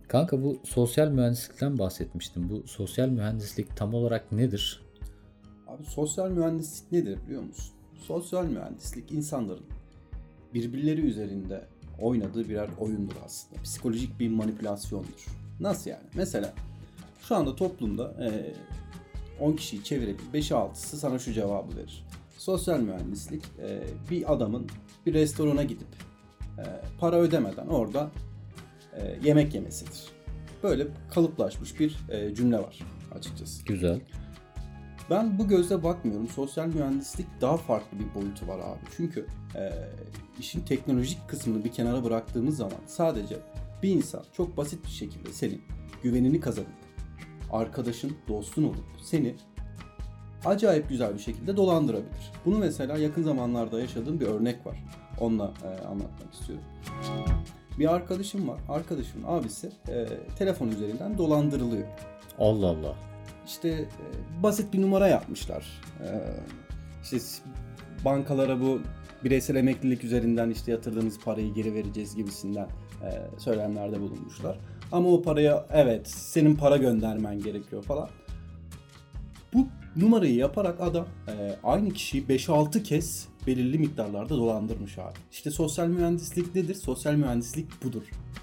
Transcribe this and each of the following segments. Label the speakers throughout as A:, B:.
A: Kanka bu sosyal mühendislikten bahsetmiştim. Bu sosyal mühendislik tam olarak nedir?
B: Abi sosyal mühendislik nedir biliyor musun? Sosyal mühendislik insanların birbirleri üzerinde oynadığı birer oyundur aslında. Psikolojik bir manipülasyondur. Nasıl yani? Mesela şu anda toplumda 10 kişiyi çevirebil, 5'i 6'sı sana şu cevabı verir. Sosyal mühendislik bir adamın bir restorana gidip para ödemeden orada yemek yemesidir. Böyle kalıplaşmış bir cümle var açıkçası.
A: Güzel.
B: Ben bu gözle bakmıyorum. Sosyal mühendislik daha farklı bir boyutu var abi. Çünkü işin teknolojik kısmını bir kenara bıraktığımız zaman sadece bir insan çok basit bir şekilde senin güvenini kazanıp arkadaşın, dostun olup seni acayip güzel bir şekilde dolandırabilir. Bunu mesela yakın zamanlarda yaşadığım bir örnek var. Onunla anlatmak istiyorum. Bir arkadaşım var. Arkadaşımın abisi telefon üzerinden dolandırılıyor.
A: Allah Allah.
B: İşte basit bir numara yapmışlar. İşte bankalara bu bireysel emeklilik üzerinden işte yatırdığınız parayı geri vereceğiz gibisinden söylemlerde bulunmuşlar. Ama o paraya evet senin para göndermen gerekiyor falan. Bu numarayı yaparak adam aynı kişiyi 5-6 kez belirli miktarlarda dolandırmış abi. İşte sosyal mühendislik nedir? Sosyal mühendislik budur.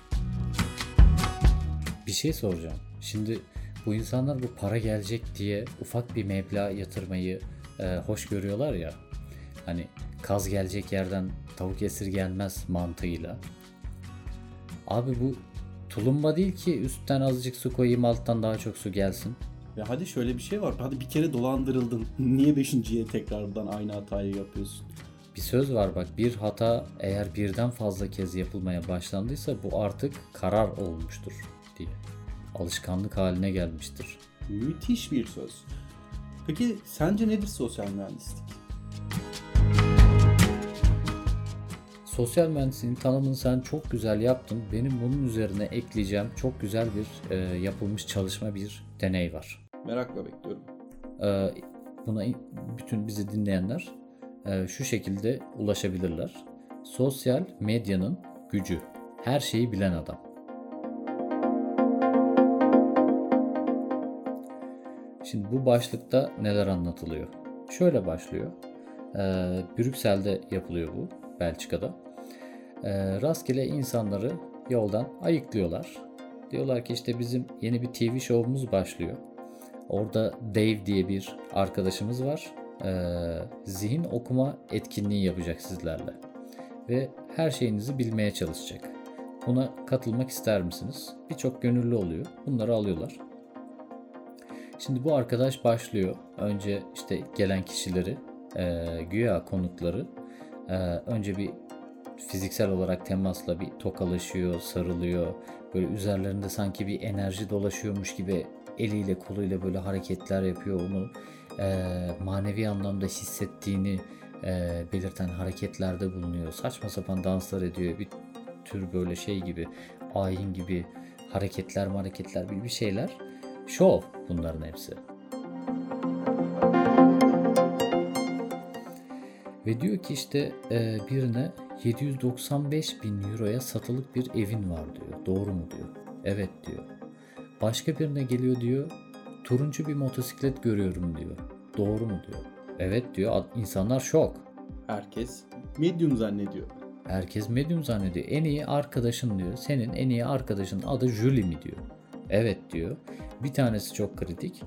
A: Bir şey soracağım. Şimdi bu insanlar bu para gelecek diye ufak bir meblağ yatırmayı hoş görüyorlar ya. Hani kaz gelecek yerden tavuk esirgenmez mantığıyla. Abi bu tulumba değil ki üstten azıcık su koyayım alttan daha çok su gelsin.
B: Ya hadi şöyle bir şey var. Hadi bir kere dolandırıldın. Niye beşinciye tekrardan aynı hatayı yapıyorsun?
A: Bir söz var bak, bir hata eğer birden fazla kez yapılmaya başlandıysa bu artık karar olmuştur diye. Alışkanlık haline gelmiştir.
B: Müthiş bir söz. Peki sence nedir sosyal mühendislik?
A: Sosyal mühendisliğin tanımını sen çok güzel yaptın. Benim bunun üzerine ekleyeceğim çok güzel bir yapılmış çalışma, bir deney var.
B: Merakla bekliyorum.
A: Buna bütün bizi dinleyenler şu şekilde ulaşabilirler. Sosyal medyanın gücü. Her şeyi bilen adam. Şimdi bu başlıkta neler anlatılıyor? Şöyle başlıyor. Brüksel'de yapılıyor bu, Belçika'da. Rastgele insanları yoldan ayıklıyorlar. Diyorlar ki işte bizim yeni bir TV şovumuz başlıyor. Orada Dave diye bir arkadaşımız var. Zihin okuma etkinliği yapacak sizlerle. Ve her şeyinizi bilmeye çalışacak. Buna katılmak ister misiniz? Birçok gönüllü oluyor. Bunları alıyorlar. Şimdi bu arkadaş başlıyor. Önce işte gelen kişileri, güya konukları önce bir fiziksel olarak temasla bir tokalaşıyor, sarılıyor. Böyle üzerlerinde sanki bir enerji dolaşıyormuş gibi eliyle koluyla böyle hareketler yapıyor. Onu manevi anlamda hissettiğini belirten hareketlerde bulunuyor. Saçma sapan danslar ediyor. Bir tür böyle şey gibi, ayin gibi hareketler bir şeyler. Şov bunların hepsi. Ve diyor ki işte birine 795.000 euroya satılık bir evin var diyor. Doğru mu diyor. Evet diyor. Başka birine geliyor diyor. Turuncu bir motosiklet görüyorum diyor. Doğru mu diyor. Evet diyor. İnsanlar şok.
B: Herkes medium zannediyor.
A: Herkes medium zannediyor. En iyi arkadaşın diyor. Senin en iyi arkadaşın adı Julie mi diyor. Evet diyor. Bir tanesi çok kritik.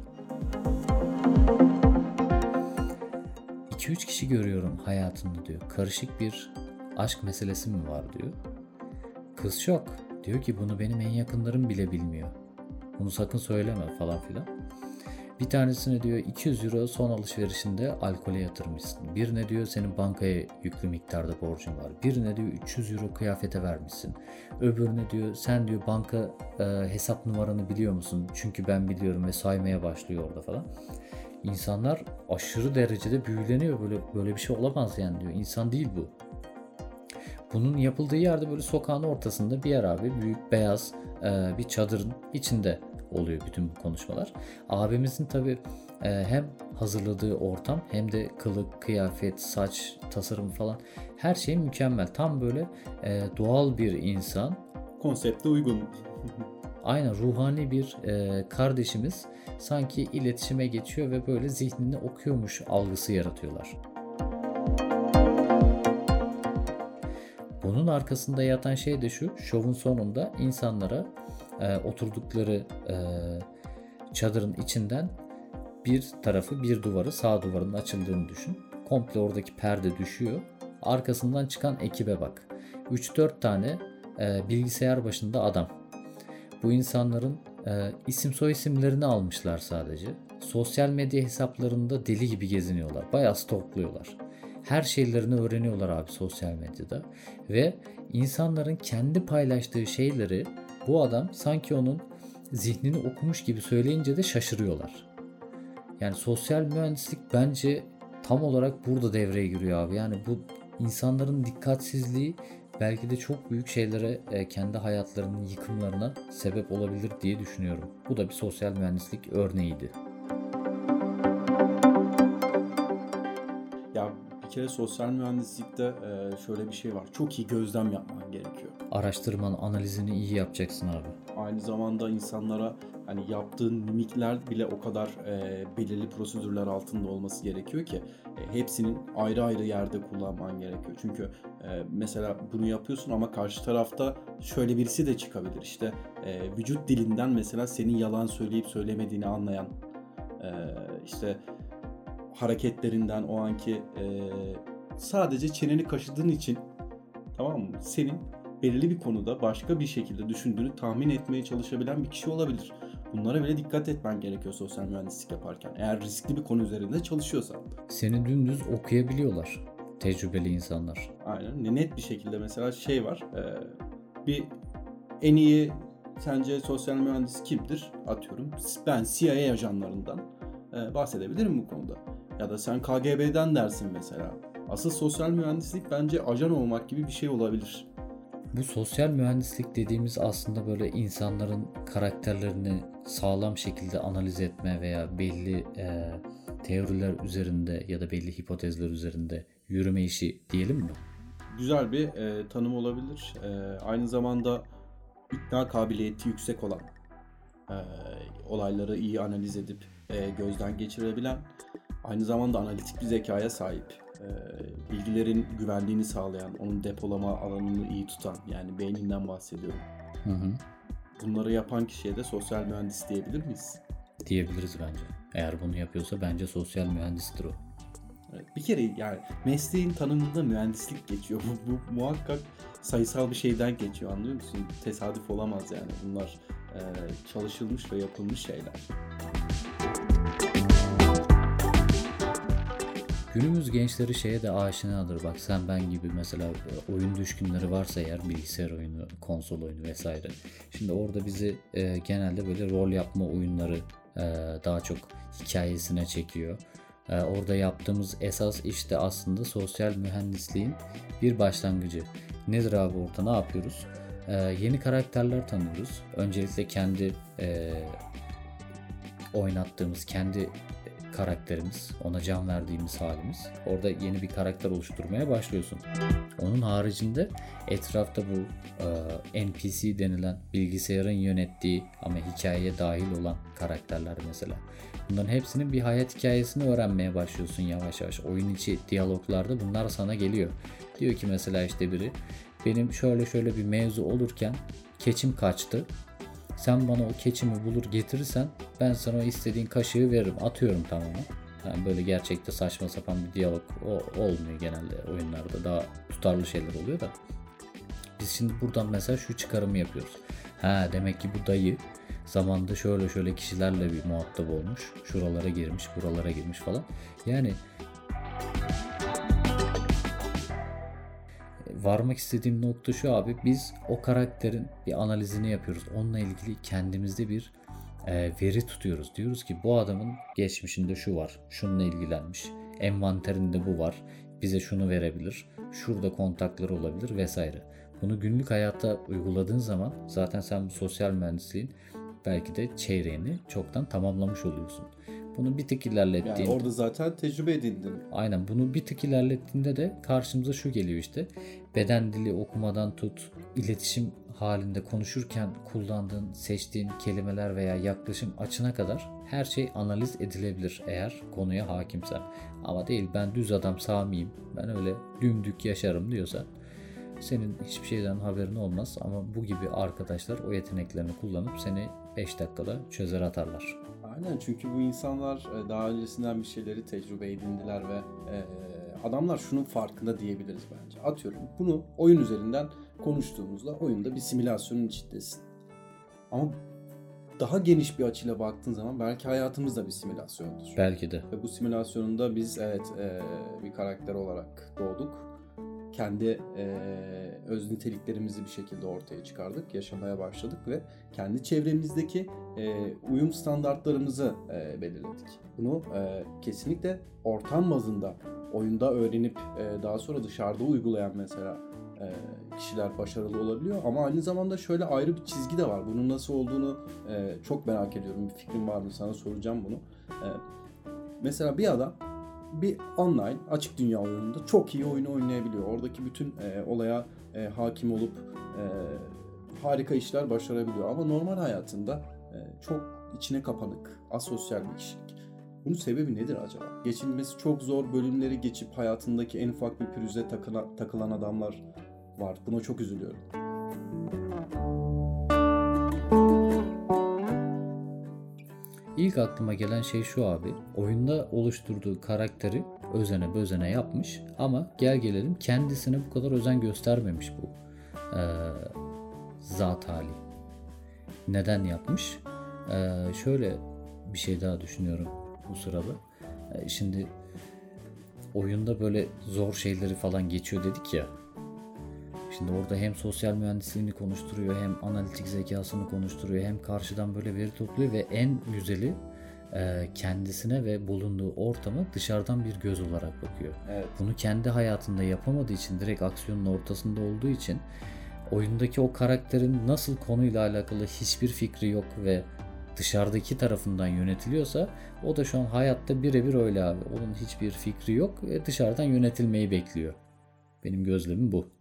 A: 2-3 kişi görüyorum hayatımda diyor. Karışık bir aşk meselesi mi var diyor. Kız şok. Diyor ki bunu benim en yakınlarım bile bilmiyor. Bunu sakın söyleme falan filan. Bir tanesine diyor 200 euro son alışverişinde alkole yatırmışsın. Birine diyor senin bankaya yüklü miktarda borcun var. Birine diyor 300 euro kıyafete vermişsin. Öbürüne diyor sen diyor banka hesap numaranı biliyor musun? Çünkü ben biliyorum ve saymaya başlıyor orada falan. İnsanlar aşırı derecede büyüleniyor. Böyle bir şey olamaz yani diyor. İnsan değil bu. Bunun yapıldığı yerde böyle sokağın ortasında bir yer abi. Büyük beyaz bir çadırın içinde oluyor bütün bu konuşmalar. Abimizin tabii hem hazırladığı ortam hem de kılık, kıyafet, saç, tasarım falan her şey mükemmel. Tam böyle doğal bir insan.
B: Konsepte uygun.
A: Aynen, ruhani bir kardeşimiz sanki iletişime geçiyor ve böyle zihnini okuyormuş algısı yaratıyorlar. Bunun arkasında yatan şey de şu: şovun sonunda insanlara oturdukları çadırın içinden bir tarafı, bir duvarı, sağ duvarın açıldığını düşün. Komple oradaki perde düşüyor. Arkasından çıkan ekibe bak. 3-4 tane bilgisayar başında adam. Bu insanların isim soy isimlerini almışlar sadece. Sosyal medya hesaplarında deli gibi geziniyorlar. Bayağı stalkluyorlar. Her şeylerini öğreniyorlar abi sosyal medyada. Ve insanların kendi paylaştığı şeyleri bu adam sanki onun zihnini okumuş gibi söyleyince de şaşırıyorlar. Yani sosyal mühendislik bence tam olarak burada devreye giriyor abi. Yani bu insanların dikkatsizliği belki de çok büyük şeylere, kendi hayatlarının yıkımlarına sebep olabilir diye düşünüyorum. Bu da bir sosyal mühendislik örneğiydi.
B: Ya bir kere sosyal mühendislikte şöyle bir şey var. Çok iyi gözlem yapman gerekiyor.
A: Araştırmanın analizini iyi yapacaksın abi.
B: Aynı zamanda insanlara hani yaptığın mimikler bile o kadar belirli prosedürler altında olması gerekiyor ki hepsinin ayrı ayrı yerde kullanman gerekiyor. Çünkü mesela bunu yapıyorsun ama karşı tarafta şöyle birisi de çıkabilir. İşte vücut dilinden mesela senin yalan söyleyip söylemediğini anlayan, işte hareketlerinden o anki sadece çeneni kaşıdığın için, tamam mı, senin belirli bir konuda başka bir şekilde düşündüğünü tahmin etmeye çalışabilen bir kişi olabilir. Bunlara bile dikkat etmen gerekiyor sosyal mühendislik yaparken. Eğer riskli bir konu üzerinde çalışıyorsan.
A: Seni dümdüz okuyabiliyorlar tecrübeli insanlar.
B: Aynen. Net bir şekilde mesela şey var. Bir en iyi sence sosyal mühendis kimdir? Atıyorum. Ben CIA ajanlarından bahsedebilirim bu konuda. Ya da sen KGB'den dersin mesela. Asıl sosyal mühendislik bence ajan olmak gibi bir şey olabilir.
A: Bu sosyal mühendislik dediğimiz aslında böyle insanların karakterlerini sağlam şekilde analiz etme veya belli teoriler üzerinde ya da belli hipotezler üzerinde yürüme işi diyelim mi?
B: Güzel bir tanım olabilir. Aynı zamanda ikna kabiliyeti yüksek olan, olayları iyi analiz edip gözden geçirebilen, aynı zamanda analitik bir zekaya sahip, bilgilerin güvenliğini sağlayan, onun depolama alanını iyi tutan, yani beyninden bahsediyorum.
A: Hı hı.
B: Bunları yapan kişiye de sosyal mühendis diyebilir miyiz?
A: Diyebiliriz bence. Eğer bunu yapıyorsa bence sosyal mühendistir o.
B: Evet, bir kere yani mesleğin tanımında mühendislik geçiyor. Bu muhakkak sayısal bir şeyden geçiyor, anlıyor musun? Tesadüf olamaz yani. Bunlar çalışılmış ve yapılmış şeyler.
A: Günümüz gençleri şeye de aşinadır. Bak sen ben gibi mesela oyun düşkünleri varsa eğer, bilgisayar oyunu, konsol oyunu vesaire. Şimdi orada bizi genelde böyle rol yapma oyunları daha çok hikayesine çekiyor. Orada yaptığımız esas işte aslında sosyal mühendisliğin bir başlangıcı. Nedir abi, orada ne yapıyoruz? Yeni karakterler tanıyoruz. Öncelikle kendi oynattığımız, kendi karakterimiz, ona can verdiğimiz halimiz. Orada yeni bir karakter oluşturmaya başlıyorsun. Onun haricinde etrafta bu NPC denilen, bilgisayarın yönettiği ama hikayeye dahil olan karakterler mesela. Bunların hepsinin bir hayat hikayesini öğrenmeye başlıyorsun yavaş yavaş. Oyun içi diyaloglarda bunlar sana geliyor. Diyor ki mesela işte biri, benim şöyle bir mevzu olurken keçim kaçtı. Sen bana o keçimi bulur getirirsen ben sana o istediğin kaşığı veririm. Atıyorum tamamen. Yani böyle gerçekte saçma sapan bir diyalog olmuyor genelde oyunlarda. Daha tutarlı şeyler oluyor da. Biz şimdi buradan mesela şu çıkarımı yapıyoruz. Demek ki bu dayı zamanında şöyle kişilerle bir muhatap olmuş. Şuralara girmiş, buralara girmiş falan. Yani varmak istediğim nokta şu abi, biz o karakterin bir analizini yapıyoruz. Onunla ilgili kendimizde bir veri tutuyoruz. Diyoruz ki bu adamın geçmişinde şu var, şununla ilgilenmiş, envanterinde bu var, bize şunu verebilir, şurada kontakları olabilir vesaire. Bunu günlük hayatta uyguladığın zaman zaten sen bu sosyal mühendisliğin belki de çeyreğini çoktan tamamlamış oluyorsun. Bunu bir tık ilerlettiğinde...
B: Yani orada zaten tecrübe edindin.
A: Aynen, bunu bir tık ilerlettiğinde de karşımıza şu geliyor işte. Beden dili okumadan tut, iletişim halinde konuşurken kullandığın, seçtiğin kelimeler veya yaklaşım açına kadar her şey analiz edilebilir eğer konuya hakimsen. Ama değil, ben düz adam Sami'yim, ben öyle dümdük yaşarım diyorsan senin hiçbir şeyden haberin olmaz, ama bu gibi arkadaşlar o yeteneklerini kullanıp seni 5 dakikada çözer atarlar.
B: Aynen, çünkü bu insanlar daha öncesinden bir şeyleri tecrübe edindiler ve adamlar şunun farkında diyebiliriz bence. Atıyorum, bunu oyun üzerinden konuştuğumuzda oyunda bir simülasyonun içindesin. Ama daha geniş bir açıyla baktığın zaman belki hayatımız da bir simülasyondur.
A: Belki de.
B: Ve bu simülasyonunda biz bir karakter olarak doğduk. Kendi öz niteliklerimizi bir şekilde ortaya çıkardık, yaşamaya başladık ve kendi çevremizdeki uyum standartlarımızı belirledik. Bunu kesinlikle ortam bazında oyunda öğrenip daha sonra dışarıda uygulayan mesela kişiler başarılı olabiliyor. Ama aynı zamanda şöyle ayrı bir çizgi de var. Bunun nasıl olduğunu çok merak ediyorum. Bir fikrim var mı? Sana soracağım bunu. Mesela bir adam bir online açık dünya oyununda çok iyi oyunu oynayabiliyor. Oradaki bütün olaya hakim olup harika işler başarabiliyor. Ama normal hayatında çok içine kapanık, asosyal bir kişilik. Bunun sebebi nedir acaba? Geçilmesi çok zor bölümleri geçip hayatındaki en ufak bir pürüze takılan adamlar var. Buna çok üzülüyorum.
A: İlk aklıma gelen şey şu abi. Oyunda oluşturduğu karakteri özene bözene yapmış ama gel gelelim kendisine bu kadar özen göstermemiş bu zat hali. Neden yapmış? Şöyle bir şey daha düşünüyorum bu sırada. Şimdi oyunda böyle zor şeyleri falan geçiyor dedik ya. Şimdi orada hem sosyal mühendisliğini konuşturuyor, hem analitik zekasını konuşturuyor, hem karşıdan böyle veri topluyor ve en güzeli kendisine ve bulunduğu ortama dışarıdan bir göz olarak bakıyor.
B: Evet.
A: Bunu kendi hayatında yapamadığı için, direkt aksiyonun ortasında olduğu için oyundaki o karakterin nasıl konuyla alakalı hiçbir fikri yok ve dışarıdaki tarafından yönetiliyorsa o da şu an hayatta birebir öyle abi. Onun hiçbir fikri yok ve dışarıdan yönetilmeyi bekliyor. Benim gözlemim bu.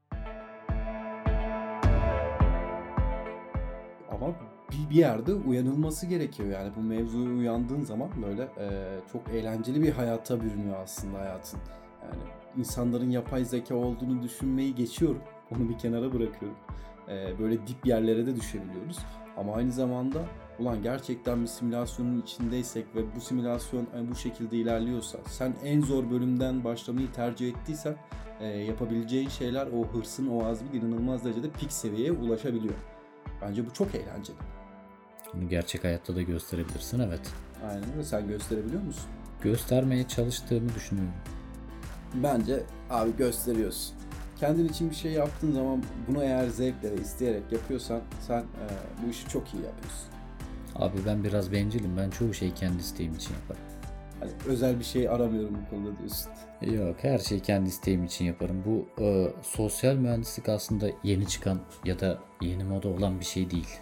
B: Ama bir yerde uyanılması gerekiyor. Yani bu mevzuya uyandığın zaman böyle çok eğlenceli bir hayata bürünüyor aslında hayatın. Yani insanların yapay zeka olduğunu düşünmeyi geçiyorum. Onu bir kenara bırakıyorum. Böyle dip yerlere de düşebiliyoruz. Ama aynı zamanda ulan gerçekten bir simülasyonun içindeysek ve bu simülasyon bu şekilde ilerliyorsa, sen en zor bölümden başlamayı tercih ettiysen yapabileceğin şeyler, o hırsın, o azmin inanılmaz derecede pik seviyeye ulaşabiliyor. Bence bu çok eğlenceli.
A: Bunu gerçek hayatta da gösterebilirsin, evet.
B: Aynen öyle. Sen gösterebiliyor musun?
A: Göstermeye çalıştığımı düşünüyorum.
B: Bence abi gösteriyorsun. Kendin için bir şey yaptığın zaman bunu eğer zevkle ve isteyerek yapıyorsan sen bu işi çok iyi yapıyorsun.
A: Abi ben biraz bencilim. Ben çoğu şeyi kendi isteğim için yaparım.
B: Hani özel bir şey aramıyorum bu konuda diyorsun.
A: Yok, her şeyi kendi isteğim için yaparım. Bu sosyal mühendislik aslında yeni çıkan ya da yeni moda olan bir şey değil.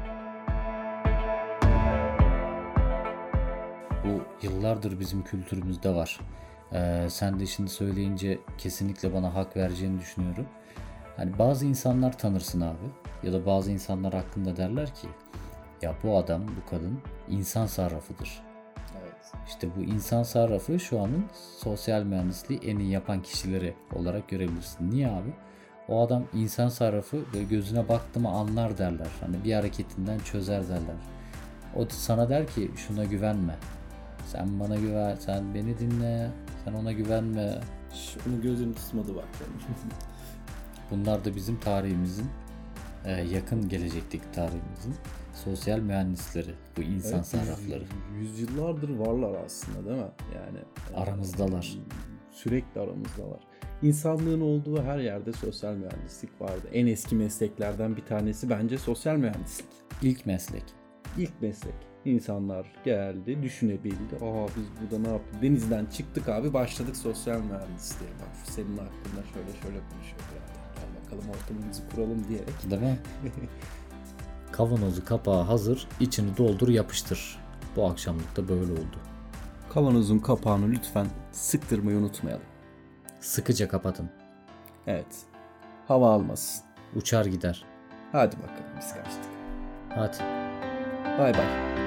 A: Bu yıllardır bizim kültürümüzde var. Sen de şimdi söyleyince kesinlikle bana hak vereceğini düşünüyorum. Hani bazı insanlar tanırsın abi, ya da bazı insanlar hakkında derler ki ya bu adam, bu kadın insan sarrafıdır.
B: Evet.
A: İşte bu insan sarrafı şu anın sosyal mühendisliği en iyi yapan kişileri olarak görebilirsin. Niye abi? O adam insan sarrafı ve gözüne baktı mı anlar derler. Hani bir hareketinden çözer derler. O sana der ki şuna güvenme. Sen bana güven, sen beni dinle, sen ona güvenme.
B: Onu gözüm tutmadı bak.
A: Bunlar da bizim tarihimizin, yakın gelecekteki tarihimizin sosyal mühendisleri, bu insan
B: Evet,
A: sarrafları.
B: Yüzyıllardır varlar aslında değil mi? Yani
A: aramızdalar.
B: Sürekli aramızdalar. İnsanlığın olduğu her yerde sosyal mühendislik vardı. En eski mesleklerden bir tanesi bence sosyal mühendislik.
A: İlk meslek.
B: İlk meslek. İnsanlar geldi, düşünebildi. Biz burada ne yaptık? Denizden çıktık abi, başladık sosyal mühendisliğe. Bak senin hakkında şöyle konuşuyor birader. Gel bakalım ortamımızı kuralım diyerek.
A: Değil mi? Kavanozu kapağı hazır, içini doldur yapıştır. Bu akşamlık da böyle oldu.
B: Kavanozun kapağını lütfen sıktırmayı unutmayalım.
A: Sıkıca kapatın.
B: Evet. Hava almasın.
A: Uçar gider.
B: Hadi bakalım biz kaçtık.
A: Hadi.
B: Bay bay.